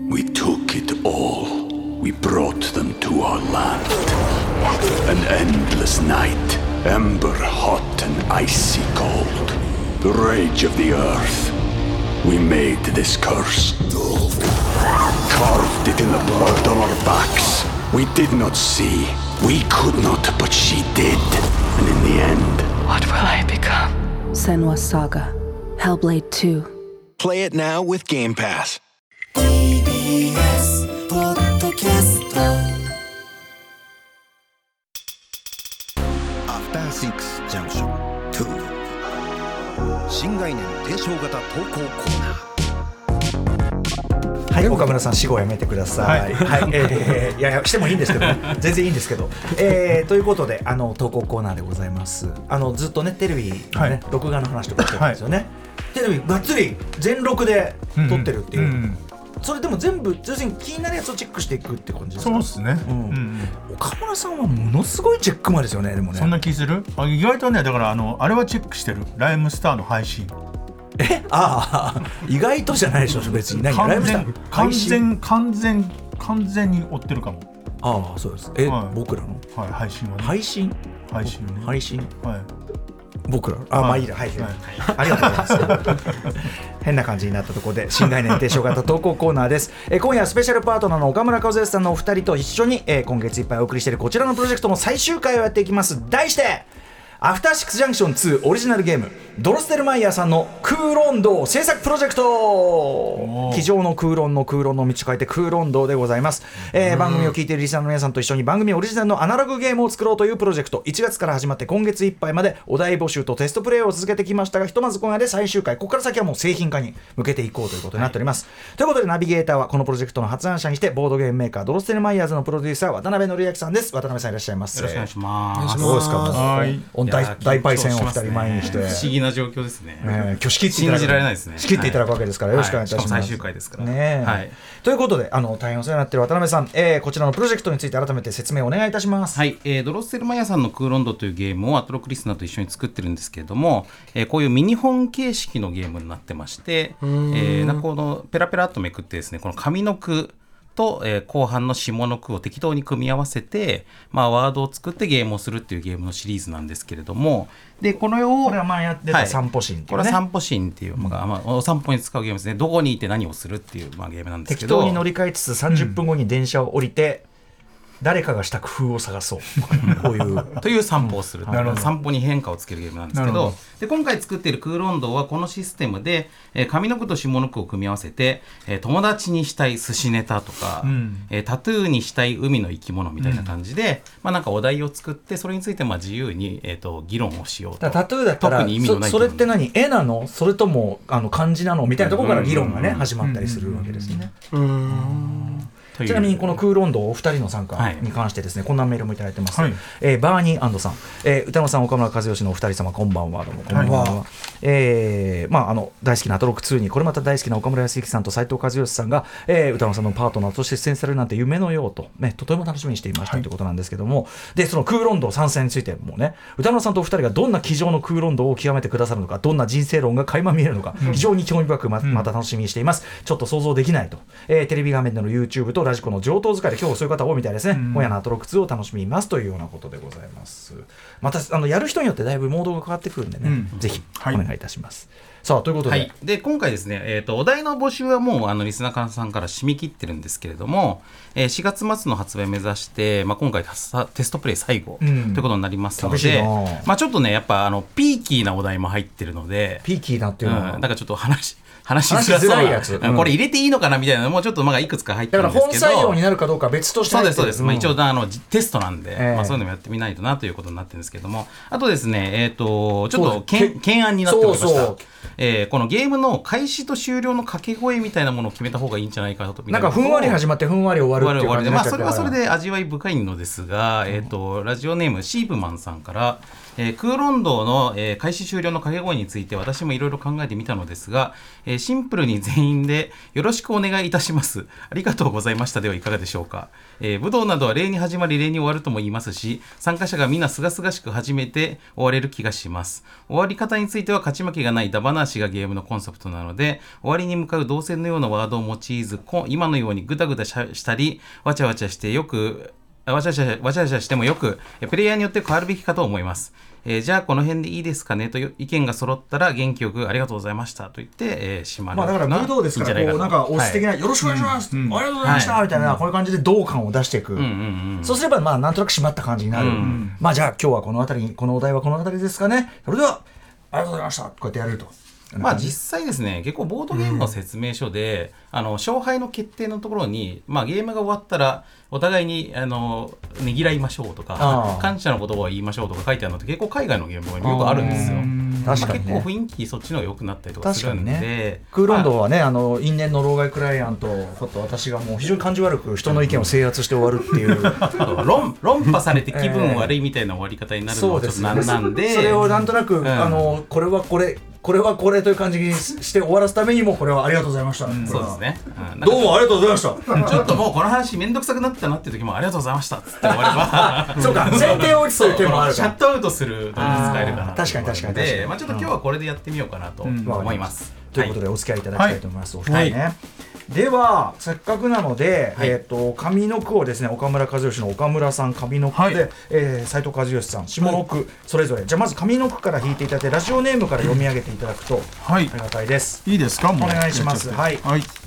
We took it all. We brought them to our land. An endless night, ember hot and icy cold. The rage of the earth. We made this curse. Carved it in the blood on our backs. We did not see. We could not, but she did. And in the end... What will I become? Senua's Saga. Hellblade 2. Play it now with Game Pass. TBS ポッドキャストアフターシックスジャンクション2新概念提唱型投稿コーナー。 はい、岡村さん死後やめてください。はい、いやしてもいいんですけど、ね、全然いいんですけど、ということで投稿コーナーでございます。ずっとねテレビのね、録画の話とかしてるんですよね。はい、テレビがっつり全録で撮ってるっていう。それでも全部要するに気になるやつをチェックしていくって感じですか。 そうですね、 岡村さんはものすごいチェックマンですよね。でもねそんな気する。意外とね、だからあれはチェックしてる。ライムスターの配信。 意外とじゃないでしょ別に。 完全に追ってるかも。 そうです。僕らの、 配信はね。 配信、 はい、 僕らまあいいや、はい、ありがとうございます変な感じになったところで新概念提唱型投稿コーナーです。今夜はスペシャルパートナーの岡村和義さんのお二人と一緒に、今月いっぱいお送りしているこちらのプロジェクトの最終回をやっていきます。題してアフターシックスジャンクション2オリジナルゲームドロステルマイヤーさんの空論道制作プロジェクト。机上の空論の空論の道書いて空論道でございます。番組を聞いているリスナーの皆さんと一緒に番組オリジナルのアナログゲームを作ろうというプロジェクト。1月から始まって今月いっぱいまでお題募集とテストプレイを続けてきましたが、ひとまず今夜で最終回。ここから先はもう製品化に向けていこうということになっております。ということでナビゲーターはこのプロジェクトの発案者にしてボードゲームメーカードロステルマイヤーズのプロデューサー渡辺則明さんです。渡辺さんいらっしゃいます。 よろしくお願いします。 どうですか。大パイセンを2人前にして不思議な状況ですね。 今日仕切って信じられないですね。 仕切っていただくわけですから、よろしくお願いいたします。 しかも最終回ですからね。はい。ということで大変お世話になっている渡辺さん、こちらのプロジェクトについて改めて説明をお願いいたします。 はい。ドロッセルマイヤーさんのクーロンドというゲームをアトロクリスナーと一緒に作ってるんですけれども、こういうミニ本形式のゲームになってまして、このペラペラっとめくってですね、この上の句と、後半の下の句を適当に組み合わせて、ワードを作ってゲームをするっていうゲームのシリーズなんですけれども、でこれをこれは前やってた散歩シーンっていうね、 これは散歩シーンっていう、お散歩に使うゲームですね。どこにいて何をするっていう、ゲームなんですけど、 適当に乗り換えつつ30分後に電車を降りて、誰かがした工夫を探そうこういうという散歩をする、散歩に変化をつけるゲームなんですけど、で今回作っているクーロンドはこのシステムで、上の句と下の句を組み合わせて、友達にしたい寿司ネタとか、タトゥーにしたい海の生き物みたいな感じで、なんかお題を作ってそれについて自由に、議論をしようと。 タトゥーだったらそれって何、絵なのそれとも漢字なのみたいなところから議論がね始まったりするわけですね。ちなみにこのクーロンドお二人の参加に関してですね、こんなメールもいただいてます。バーニー&さん、歌野さん、岡村和義のお二人様こんばんは。どうもこんばんは。大好きなアトロック2にこれまた大好きな岡村康之さんと斉藤和義さんが、歌野さんのパートナーとして出演されるなんて夢のようと、とても楽しみにしていましたということなんですけども、でそのクーロンド参戦についてもね、歌野さんとお二人がどんな机上のクーロンドを極めてくださるのか、どんな人生論が垣間見えるのか、非常に興味深くまた楽しみにしています。ちょっと想像できないと、テレビ画面での YouTube とラジコの上等使いで今日そういう方多いみたいですね。今夜のアトロック2を楽しみますというようなことでございます。またやる人によってだいぶモードが変わってくるんでね、ぜひお願いいたします。さあということで、 で今回ですね、お題の募集はもうリスナーさんから締め切ってるんですけれども、4月末の発売目指して、今回テストプレイ最後ということになりますので、ちょっとねやっぱピーキーなお題も入ってるので、 ピーキーなっていうのは、 だからちょっと話しづらいやつ、これ入れていいのかなみたいなのもちょっといくつか入ってるんですけど、 だから本採用になるかどうか別として入ってる。 そうです、一応テストなんで、そういうのもやってみないとなということになってるんですけども、あとですね、ちょっと懸案になっておりました。このゲームの開始と終了の掛け声みたいなものを決めた方がいいんじゃないかと。 なんかふんわり始まってふんわり終わるっていう感じで、 それはそれで味わい深いのですが、ラジオネームシープマンさんから、 クーロンドの、開始終了の掛け声について私もいろいろ考えてみたのですが、シンプルに全員でよろしくお願いいたします、ありがとうございましたではいかがでしょうか。武道などは礼に始まり礼に終わるとも言いますし、参加者がみんなすがすがしく始めて終われる気がします。終わり方については勝ち負けがないダバなしがゲームのコンセプトなので、終わりに向かう動線のようなワードを用いず、今のようにグダグダしたりわちゃわちゃしてもよくプレイヤーによって変わるべきかと思います。じゃあこの辺でいいですかねという意見が揃ったら元気よくありがとうございましたと言って、締まる。 だから武道ですからこうなんか押し的な、よろしくお願いします、ありがとうございました、みたいなこういう感じで同感を出していく、そうすればなんとなく締まった感じになる、じゃあ今日はこの辺りこのお題はこの辺りですかね、それではありがとうございましたこうやってやると。 実際ですね、結構ボードゲームの説明書で、勝敗の決定のところに、ゲームが終わったらお互いにねぎらいましょうとか感謝の言葉を言いましょうとか書いてあるのって結構海外のゲームがよくあるんですよ。確かにね、結構雰囲気そっちの方が良くなったりとかするんで、ね、 クーロンドはね、因縁の老害クライアントこと私がもう非常に感じ悪く人の意見を制圧して終わるっていう論破されて気分悪いみたいな終わり方になるのはちょっとなんで、 それをなんとなく、これはこれという感じにして終わらすためにもこれはありがとうございました、 そうですね、 どうもありがとうございましたちょっともうこの話めんどくさくなったなっていう時もありがとうございましたっつって終わればそうか、前提を打つという手もあるからシャットアウトするのに使えるかな。 確かにちょっと今日はこれでやってみようかなと思います、 ということでお付き合いいただきたいと思います、お二人ね。ではせっかくなので、上の句をですね、岡村和義の岡村さん上の句で、斉藤和義さん下の句、それぞれじゃあまず上の句から引いていただいてラジオネームから読み上げていただくとありがたいです。 いいですか、もうお願いします。はい、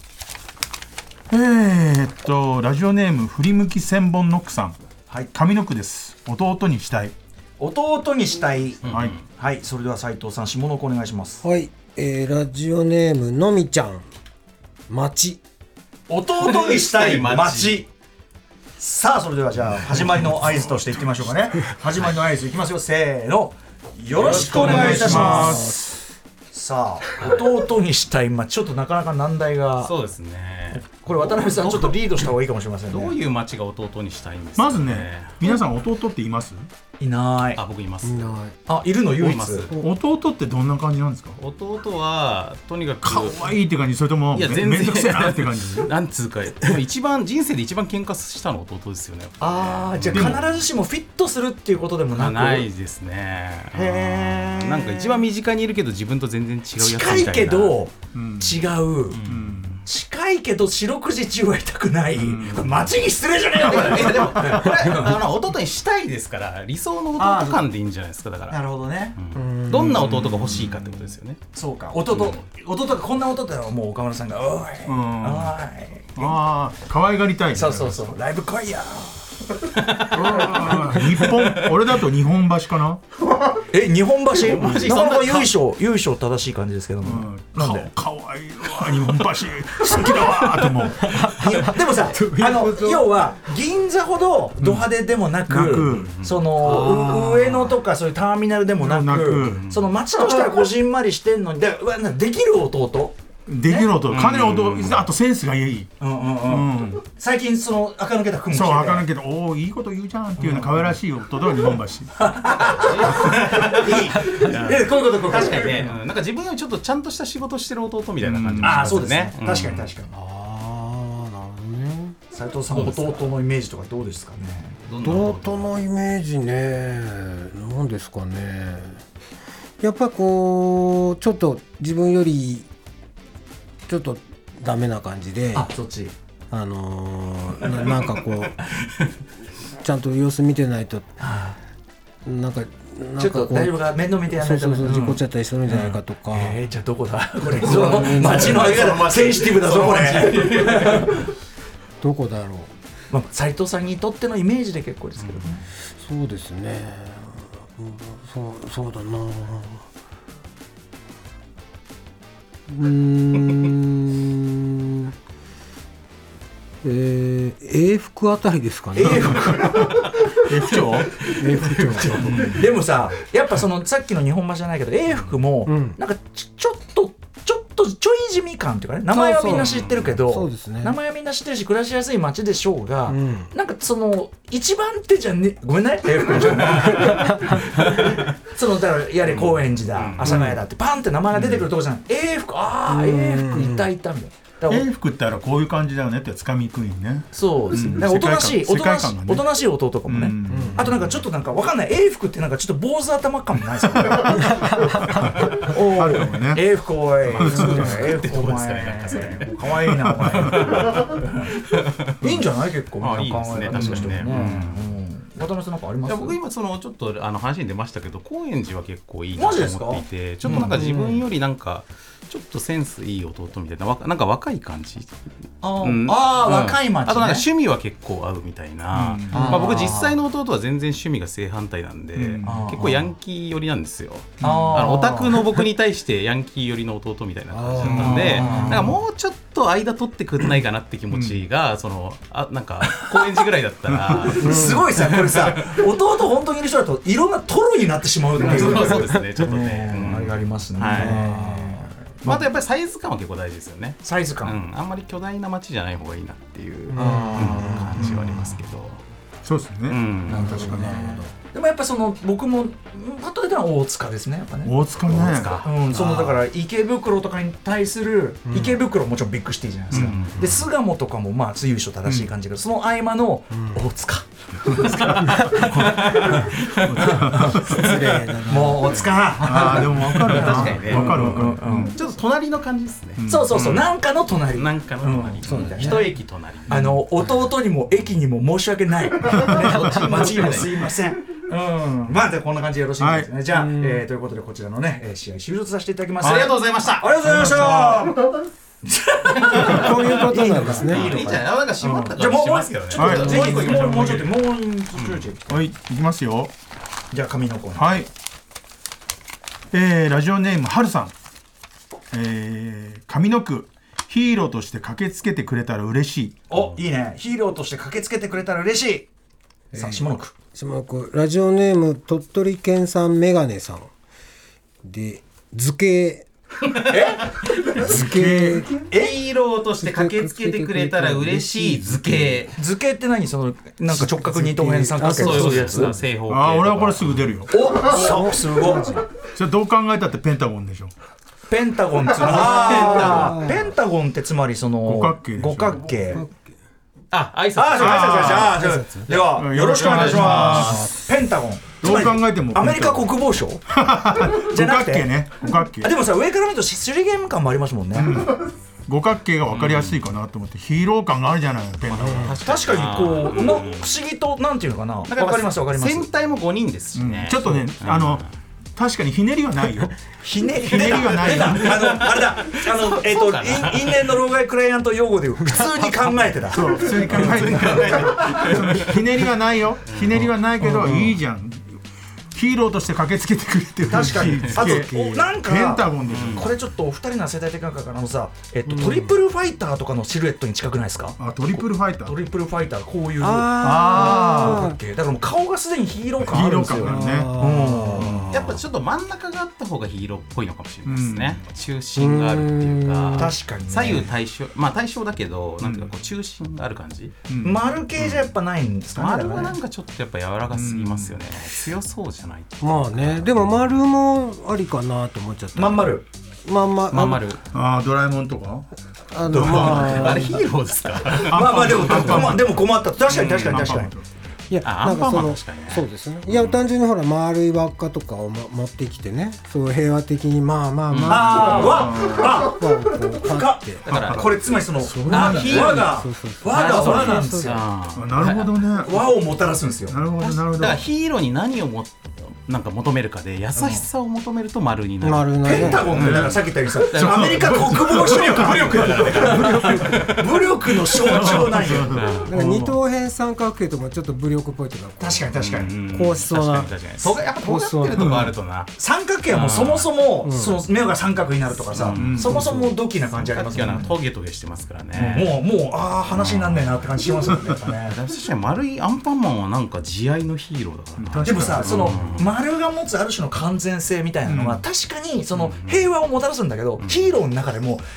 ラジオネーム振り向き千本ノックさん、上の句です。弟にしたい。 弟にしたい、はい、それでは斉藤さん下の句お願いします。 はい、ラジオネームのみちゃん町。 弟にしたい町。さあそれではじゃあ始まりの合図としていってみましょうかね始まりの合図いきますよ、せーの、よろしくお願いいたします。さあ弟にしたい町、ちょっとなかなか難題が。 そうですね、 これ渡辺さんちょっとリードした方がいいかもしれませんね。 どういう町が弟にしたいんですか、 まずね、皆さん弟っています？ いない。 僕います。 いるの唯一。 弟ってどんな感じなんですか？ 弟はとにかく可愛いって感じ、それともめんどくせえなって感じなんつうか、でも人生で一番喧嘩したの弟ですよね。 じゃあ必ずしもフィットするっていうことでもなく。 ないですね。 へー、 なんか一番身近にいるけど自分と全然違うやつみたいな。 近いけど、違う、近いけど四六時中は痛くない、街に失礼じゃねえよでもこれ弟にしたいですから理想の弟感でいいんじゃないですか。だからなるほどね、 どんな弟が欲しいかってことですよね。 そうか、弟がこんな弟だよ、もう岡村さんがおい、 可愛がりたい。 そうライブ来いや俺だと日本橋かな。 日本橋なかなか由緒正しい感じですけども、なんでかわいいわ日本橋好きだわと思うでもさ要は銀座ほどド派手でもなく、その上野とかそういうターミナルでもなく、その街としてはこじんまりしてんのにできる弟できる音、金の音、あとセンスがいい。 最近その垢抜けた服も着てて、 そう垢抜けた、おおいいこと言うじゃんっていうような可愛らしい音が日本橋。 いい。こういうこと確かにね、なんか自分よりちょっとちゃんとした仕事してる弟みたいな感じもしますね。 そうですね。確かに。なるほどね。斉藤さん弟のイメージとかどうですかね。 弟のイメージね、なんですかね。やっぱこうちょっと自分よりちょっとダメな感じで、 そっちなんかこうちゃんと様子見てないとなんかちょっと大丈夫か面倒見てやらないと事故っちゃったりするんじゃないかとか。 じゃあどこだこれ街のセンシティブだぞこれどこだろう。斉藤さんにとってのイメージで結構ですけどね。 そうですね、そうだな。英福あたりですかね。 英福町でもさ、やっぱそのさっきの日本橋じゃないけど英福もなんかちょい地味観というかね、名前はみんな知ってるけど、 そうですね、 名前はみんな知ってるし暮らしやすい街でしょうが、なんかその一番手じゃね、ごめんねそのだからやれ高円寺だ、阿佐ヶ谷だってパンって名前が出てくるとこじゃない、永福、永福いたいたみたいな。 永福ってこういう感じだよねってつかみ食いね。 そうですね。だからおとなしいおとなしい弟かもね。あとなんかちょっとなんかわかんない、永福ってなんかちょっと坊主頭感もないですか。 あるかもね。 永福おい、永福お前、可愛いなお前。いいんじゃない結構。 いいですね、確かにね。 渡辺さんなんかあります？ 僕今ちょっと話に出ましたけど、高円寺は結構いいなと思っていて、ちょっとなんか自分よりなんかちょっとセンスいい弟みたいな、なんか若い感じ。 若い街ね。 あとなんか趣味は結構合うみたいな。僕実際の弟は全然趣味が正反対なんで、結構ヤンキー寄りなんですよ。オタクの僕に対してヤンキー寄りの弟みたいな感じだったんで、なんかもうちょっと間取ってくんないかなって気持ちが、なんか高円寺ぐらいだったらすごいさ、これさ、弟本当にいる人だといろんなトロになってしまうっていう。 そうですね、ちょっとね、 あれがありますね。 あとやっぱりサイズ感は結構大事ですよね。 サイズ感、 あんまり巨大な街じゃない方がいいなっていう感じはありますけど。 そうですね、確かに。 でもやっぱその僕もパッと出たのは大塚ですね、やっぱね。 大塚ね。 そのだから池袋とかに対する、池袋もちろんビッグシティじゃないですか。で巣鴨とかもまあ由緒正しい感じだけど、その合間の大塚。失礼だな。もう大塚。 でも分かるな。 確かにね。 分かる。 ちょっと隣の感じですね。 そうそうそう、なんかの隣。 なんかの隣。一駅隣。 弟にも駅にも申し訳ない。街にもすいません。まあでこんな感じでよろしいですね。じゃあということでこちらのね試合終了させていただきます。 ありがとうございました。 ありがとうございました。 こういうことなんですね。 いいじゃん。なんか閉まった感じしますけどね。 もうちょっとはい、いきますよ。 じゃあ紙のコーナー。 はい。ラジオネームはるさん。上の句。ヒーローとして駆けつけてくれたら嬉しい。 いいね。ヒーローとして駆けつけてくれたら嬉しい。さあ下の句。 ラジオネーム鳥取県産メガネさんで図形図形ヒーローとして駆けつけてくれたら嬉しい図形。 図形って何？そのなんか直角二等辺三角形そういうやつ。正方形。 俺はこれすぐ出るよ。 すごい。 それどう考えたってペンタゴンでしょ。 ペンタゴンってペンタゴンってつまりその五角形。 挨拶。 ではよろしくお願いします。ペンタゴン。 どう考えてもアメリカ国防省じゃなくてね。五角形。 でもさ上から見ると手裏剣感もありますもんね。 五角形が分かりやすいかなと思ってヒーロー感があるじゃないペンタゴン。 確かにこう不思議となんていうのかな。わかりますわかります。 戦隊も5人ですしね。 ちょっとね確かにひねりはないよ。 ひねりはないよ。 あれだ。因縁の老害クライアント用語で普通に考えてた。 そう普通に考えて。ひねりはないよ。ひねりはないけどいいじゃん。ヒーローとして駆けつけてくれてる。 確かに。あとなんかペンタゴンでしょ。 これちょっとお二人の世代的感覚さ、トリプルファイターとかのシルエットに近くないですか？ トリプルファイター。 トリプルファイターこういう。だからもう顔がすでにヒーロー感あるんですよね。 やっぱちょっと真ん中があった方がヒーローっぽいのかもしれないですね。中心があるっていうか。 確かに。 左右対称、まあ対称だけどなんていうかこう中心がある感じ。 丸系じゃやっぱないんですかね。 丸はなんかちょっとやっぱ柔らかすぎますよね。強そうじゃない。 まあね。でも丸もありかなと思っちゃった。 まん丸。 まん丸。 ドラえもんとか。 あれヒーローですか？ まあでも困った。確かに。 いやなんかそうですね。いや単純にほら丸い輪っかとかを持ってきてね、そう平和的にまあだからこれつまりその輪が輪なんですよ。 なるほどね。 輪をもたらすんですよ。 なるほど。 だからヒーローに何をなんか求めるかで優しさを求めると丸になる。 ペンタゴンってだからさっき言ったようにさ、アメリカ国防省の武力の象徴なんよ。 なんか二等辺三角形とかちょっと武力っぽいというか。 確かに。 こうしそうな。 そうやっぱこうやってるとこあるとな。 三角形はもうそもそもその目が三角になるとかさ、そもそもドキな感じありますよね。 トゲトゲしてますからね。 もう話になんねえなって感じしますよね。確かに丸いアンパンマンはなんか慈愛のヒーローだからな。 でもさその丸が持つある種の完全性みたいなのが確かにその平和をもたらすんだけど、ヒーローの中でも結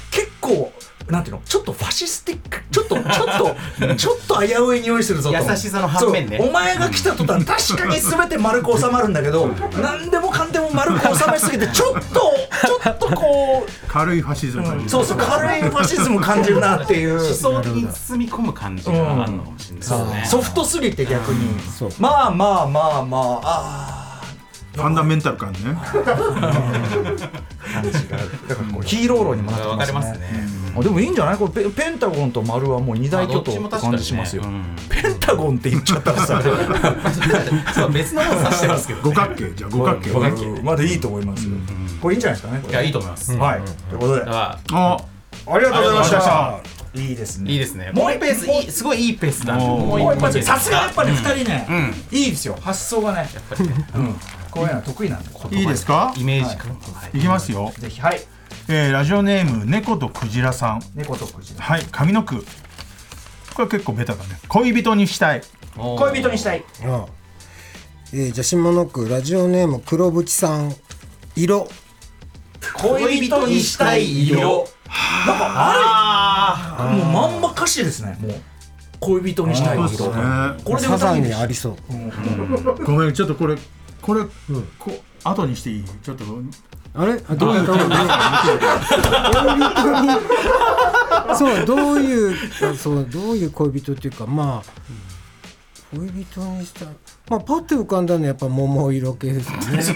構なんていうの、ちょっとファシスティック、ちょっと危うい匂いするぞと。 優しさの反面ね。 お前が来た途端確かに全て丸く収まるんだけど、何でもかんでも丸く収めすぎてちょっとこう軽いファシズム感じる、 そう軽いファシズム感じるなっていう。 思想的に包み込む感じがあるのかもしれないですね。 ソフトすぎて逆に、まあファンダメンタル感ね感じがだからこうヒーロー論にもなってますね。わかりますね。でもいいんじゃない？これペンタゴンと丸はもう二大巨頭って感じしますよ。ペンタゴンって言っちゃったらさそう別のもの指してますけど、 五角形、じゃあ五角形まだいいと思いますよ。これいいんじゃないですかね。 いやいいと思います。 はい。ということで、 ありがとうございました。いいですね。 いいですね。もう一ペース、すごいいいペースだ。 もう一発。さすがやっぱり2人ね、いいですよ。発想がね、やっぱりね。こういうのは得意なんで。 いいですか？ イメージ感。 いきますよ。 ぜひ。はい。 ラジオネーム猫とクジラさん。 猫とクジラ。 はい。上の句。これ結構ベタだね。恋人にしたい。 恋人にしたい。 じゃあ下の句ラジオネーム黒渕さん。色。 恋人にしたい色。なんかあれもうまんま歌詞ですね。もう恋人にしたい色。 これでサザンにありそう。 ごめん、ちょっとこれ後にしていい？ちょっとあれどういうどういう恋人っていうか、まあ恋人にしたい。まあパッと浮かんだのはやっぱ桃色系ですよね。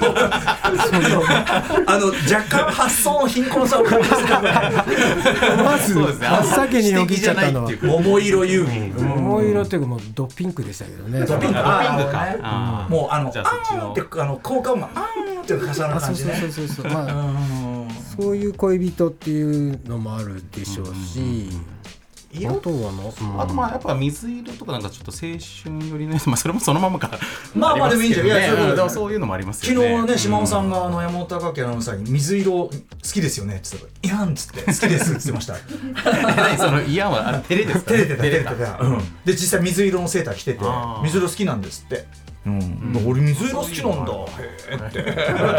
若干発想の貧困さを感じますからね。 まず真っ先によぎっちゃったのは桃色遊戯。 桃色っていうかもうドピンクでしたけどね。 ドピンクか。 もうじゃあそっちのって効果音がって重なる感じね。 そうまあそういう恋人っていうのもあるでしょうし。あとはあとまあやっぱ水色とかなんかちょっと青春寄りのやつ、まあそれもそのままか。 まあでもいいんじゃない。 でもそういうのもありますよね。 昨日ね島尾さんが山本貴明アナウンサーに水色好きですよねって言ったら「いやん」っつって「好きです」って言ってました。 何その「いやん」は照れですか？ 照れてた。で実際水色のセーター着てて水色好きなんですって。俺水色好きなんだへーって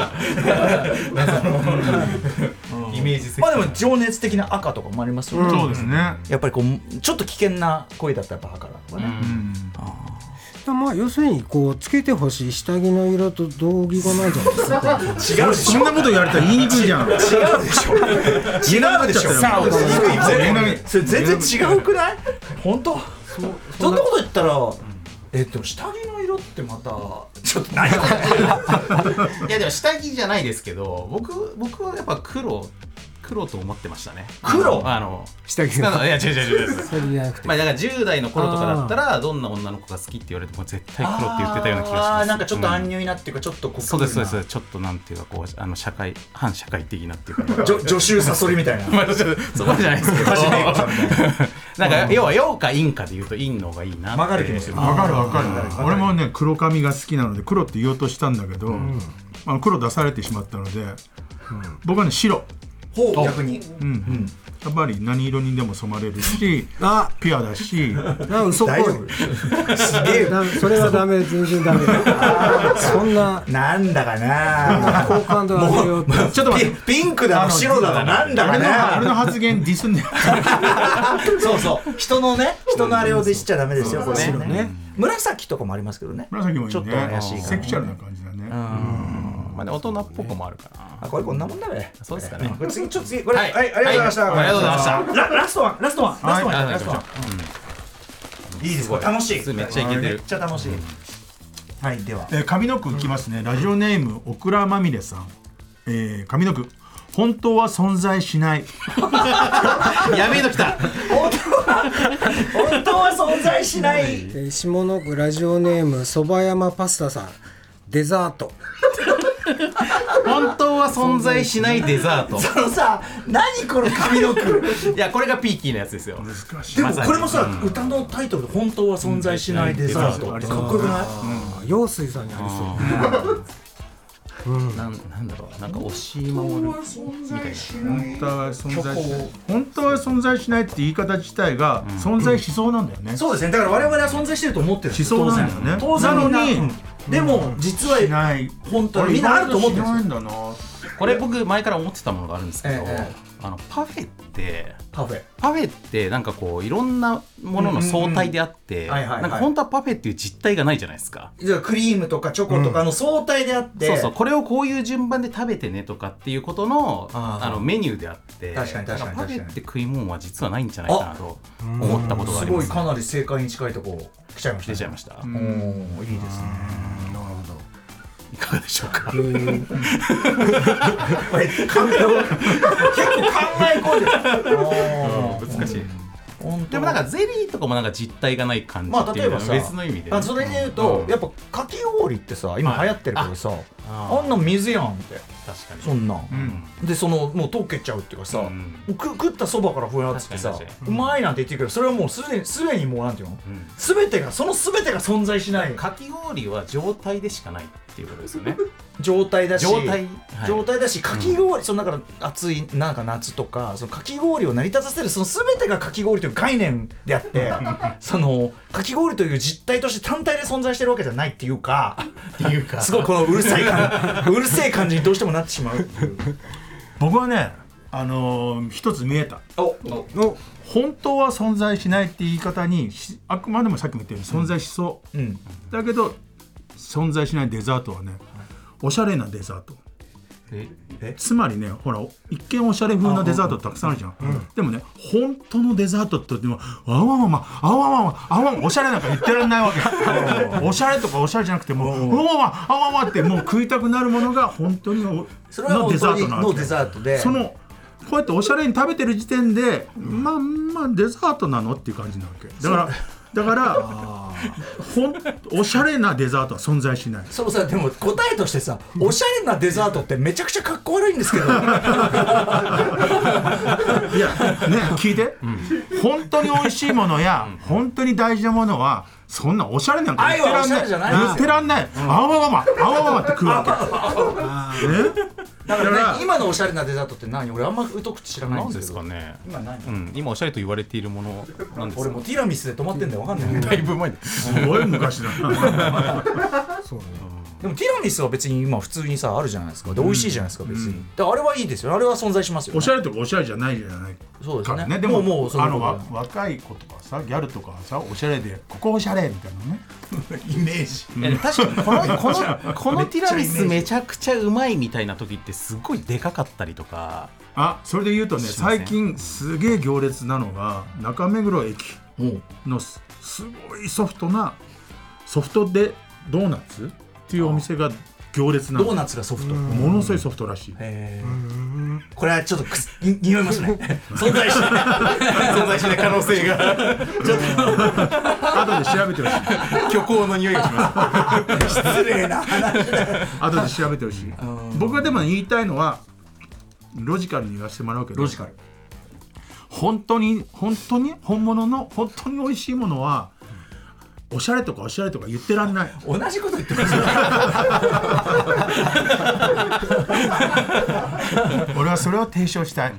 イメージ的。まあでも情熱的な赤とかもありますよね。 そうですね。 やっぱりこうちょっと危険な恋だったらやっぱ赤だとかね。 まあ要するにこうつけてほしい下着の色と同義語なんじゃないですか。 違うでしょ。 そんなこと言われたら言いにくいじゃん。 違うでしょ。違うでしょ。それ全然違うくない？本当？そんなこと言ったら。でも下着の色ってまたちょっと何？いやでも下着じゃないですけど、僕はやっぱ黒と思ってましたね。 黒？ 下着いや違う。 それじゃなくて。 まあだから10代の頃とかだったらどんな女の子が好きって言われても絶対黒って言ってたような気がします。 なんかちょっと暗入なっていうかちょっとそうですちょっとなんていうかこう反社会的なっていうか女囚サソリみたいな。 まあそこじゃないですけど。なんか要は陽か陰かで言うと陰の方がいいなって。 曲がる気もする。 わかる。俺もね黒髪が好きなので黒って言おうとしたんだけど、黒出されてしまったので、僕はね白。 逆に。 やっぱり何色にでも染まれるし、ピュアだし。 嘘っぽい。 すげえ。 それはダメ、全然ダメ。そんななんだかな。 好感度上げようと。 ちょっと待って、ピンクだの白だのなんだかな。 俺の発言ディスんで。 そう人のあれをディスっちゃダメですよこれね。紫とかもありますけどね。 紫もいいね。 ちょっと怪しいセクシャルな感じだね。 まあね大人っぽくもあるかな。 これこんなもんだね。 そうですかね。 次これはいありがとうございました。 ありがとうございました。 ラストワン。いいです。楽しい。 めっちゃイケてる。 めっちゃ楽しい。はいでは。 上の句いきますね。ラジオネームオクラまみれさん。上の句本当は存在しない。 やべえの来た。 本当は存在しない。 下の句ラジオネームそば山パスタさん。デザート。 本当は存在しないデザート。 そのさ、何この上の句。 いやこれがピーキーなやつですよ。 難しい。 でもこれもさ、歌のタイトルで本当は存在しないデザートってかっこよくない？ 陽水さんにありそう。 なんだろう、なんか押し守るみたいな。 本当は存在しないって言い方自体が存在しそうなんだよね。 そうですね。だから我々は存在してると思ってる。 しそうなんだよね。 当然なのに、でも実は本当にみんなあると思ってるんだな。 これ僕前から思ってたものがあるんですけど、パフェってパフェってなんかこういろんなものの相対であってなんか本当はパフェっていう実体がないじゃないですか。 じゃあクリームとかチョコとかの相対であって、 そうそうこれをこういう順番で食べてねとかっていうことのメニューであって、 確かにパフェって食い物は実はないんじゃないかなと思ったことがあります。 すごいかなり正解に近いとこ来ちゃいました、 出ちゃいました。 いいですね。 なるほど。 いかがでしょうか。 結構考え込んで難しい。でもなんかゼリーとかもなんか実体がない感じっていうのは別の意味で、 それで言うと、やっぱかき氷ってさ今流行ってるけどさ、あんな水やんって。 確かにそんな、でそのもう溶けちゃうっていうかさ、食ったそばからふわっつってさうまいなんて言ってるけど、それはもうすでにもうなんていうの、全てが存在しない。 かき氷は状態でしかないっていうことですよね。 状態だしかき氷、そのだから暑いなんか夏とかそのかき氷を成り立たせるその全てがかき氷という概念であってそのかき氷という実体として単体で存在してるわけじゃないっていうかすごいこのうるせえ感じにどうしてもなってしまう。 僕はね一つ見えた。本当は存在しないって言い方にあくまでもさっきも言ったように存在しそう、だけど存在しないデザートはね、おしゃれなデザート。つまりね、ほら一見おしゃれ風なデザートたくさんあるじゃん、でもね本当のデザートって言ってもおしゃれなんか言ってられないわけ。おしゃれとかおしゃれじゃなくてもってもう食いたくなるものが本当にのデザートなわけ。 デザートでそのこうやっておしゃれに食べてる時点でまあデザートなのっていう感じなわけだからおしゃれなデザートは存在しない。 そうさ、でも答えとしてさ、おしゃれなデザートってめちゃくちゃかっこ悪いんですけどいやね、 聞いて、本当に美味しいものや本当に大事なものはそんなおしゃれなんか言ってらんない。言ってらんない。あわわって食うわけ。 だから今のおしゃれなデザートって何？俺あんま疎くて知らないんですけど。 なんですかね。今おしゃれと言われているものなんですか。 俺もティラミスで止まってんだよ、わかんない。 だいぶ前です。 すごい昔だ。 そうね。でもティラミスは別に今普通にさあるじゃないですか。で美味しいじゃないですか別に。だからあれはいいですよ。あれは存在しますよ。 おしゃれとかおしゃれじゃないじゃない。 そうですね。 でも若い子とかさ、ギャルとかさ、おしゃれでここおしゃれみたいなねイメージ。 確かにこのティラミスめちゃくちゃうまいみたいな時ってすごいでかかったりとか。 それで言うとね、最近すげえ行列なのが中目黒駅のすごいソフトでドーナツっていうお店が行列なの。 ドーナツがソフト、 ものすごいソフトらしい。 これはちょっと匂いますね。存在しない可能性がちょっと後で調べてほしい。 虚構の匂いがします。 失礼な話。 後で調べてほしい。僕はでも言いたいのはロジカルに言わせてもらうけど、 ロジカル、 本当に本物の本当に美味しいものはおしゃれとか言ってらんない。 同じこと言ってますよ。 俺はそれを提唱したい。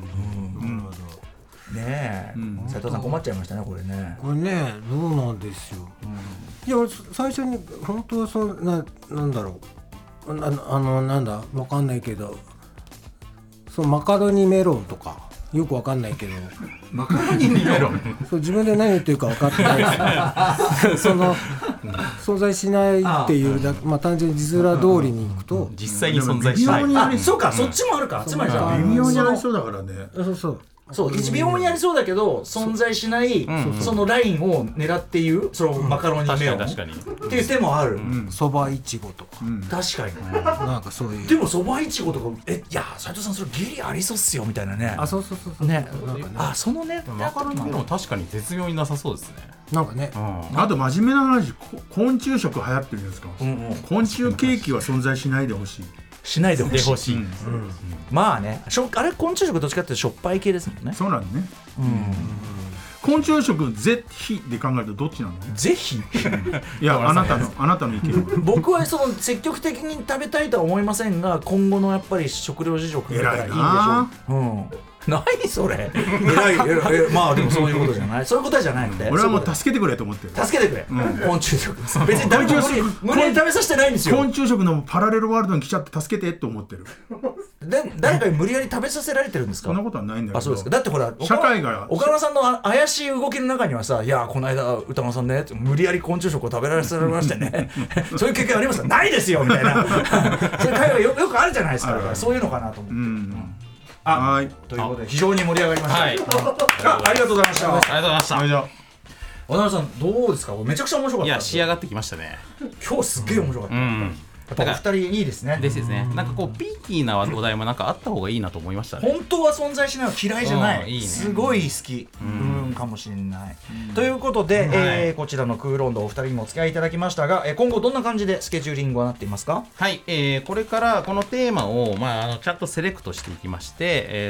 ねえ、斉藤さん困っちゃいましたねこれね。 これね、どうなんですよ。いや最初に本当はなんだろう、なんだわかんないけど、そのマカロニメロンとかよくわかんないけど、 マカロニメロンそう自分で何言ってるか分かってないですその存在しないっていうだけ、単純に字面通りにいくと実際に存在しない。 そうか、そっちもあるか。つまりさ、 微妙にありそうだからね。 そう微妙にありそうだけど存在しない、そのラインを狙っているそのマカロニメロンっていう手もある。 そばいちごとか、 確かになんかそういう。 でもそばいちごとかいや斉藤さんそれギリありそうっすよみたいなね。 そうね。そのねマカロニメロン確かに絶妙になさそうですね。 なんかね。 あと真面目な話、昆虫食流行ってるんですか。昆虫ケーキは存在しないでほしい。 しないでほしい。まあね、あれ昆虫食どっちかっていうとしょっぱい系ですもんね。 そうなんね。昆虫食ぜひで考えるとどっちなの？ ぜひ。 いやあなたの意見。 僕はその積極的に食べたいとは思いませんが、今後のやっぱり食料事情考えたらいいでしょう。 何それまあでもそういうことじゃないそういう答えじゃないので俺はもう助けてくれと思ってる。 助けてくれ、昆虫食別に誰も無理に食べさせてないんですよ。 昆虫食のパラレルワールドに来ちゃって助けてって思ってる。 で誰かに無理やり食べさせられてるんですか？ そんなことはないんだけど。 あ、そうですか。だってほら社会が岡村さんの怪しい動きの中にはさ、いやこの間歌丸さんね無理やり昆虫食を食べらせられましてねそういう経験ありますか？ないですよみたいなそういう会話がよくあるじゃないですか。そういうのかなと思って、はい、ということで非常に盛り上がりました、はい、ありがとうございました。 ありがとうございました。 渡辺さんどうですか？めちゃくちゃ面白かった。 いや仕上がってきましたね。 今日すっげえ面白かった、やっぱお二人いいですね。 ですね。なんかこうピーキーな話題もなんかあった方がいいなと思いましたね。 本当は存在しないの嫌いじゃない、いいね、すごい好きかもしれない、ということで、こちらのクーロンドお二人にもお付き合いいただきましたが、今後どんな感じでスケジューリングはなっていますか？ はい、これからこのテーマを、ちゃんとセレクトしていきまして、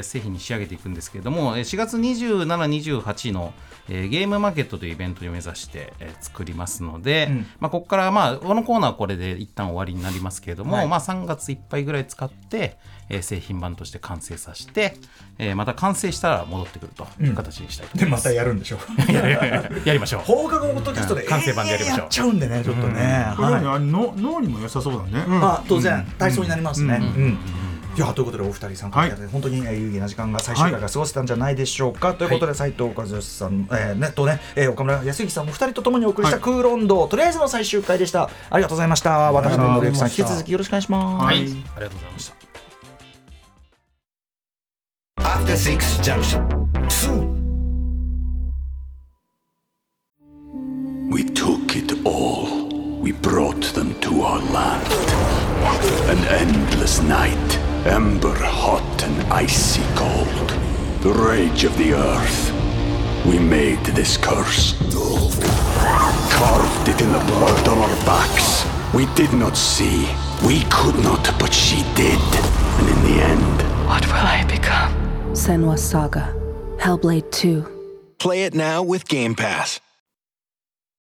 製品に仕上げていくんですけれども、4月27、28の、ゲームマーケットというイベントを目指して、作りますので、ここから、このコーナーはこれで一旦終わりになりますけれども、3月いっぱいぐらい使って、製品版として完成させて、また完成したら戻ってくるという形にしたいと思います。 でまたやるんでしょうやりましょう。 放課後ポッドキャストで完成版でやりましょう。 やっちゃうんでね、ちょっとね、 脳にも良さそうだね。 当然体操になりますね。いやということでお二人参加いただいて本当に有意義な時間が最終回が過ごせたんじゃないでしょうか、ということで斉藤和義さん、岡村康之さんも二人とともにお送りしたクーロンド、とりあえずの最終回でした。ありがとうございました。私の信之さん引き続きよろしくお願いします。 はい、ありがとうございました。 After Six Junction 2. We took it all. We brought them to our land. An endless night, ember hot and icy cold. The rage of the earth. We made this curse. Carved it in the blood on our backs. We did not see. We could not, but she did. And in the end, What will I become? Senua's Saga. Hellblade 2. Play it now with Game Pass.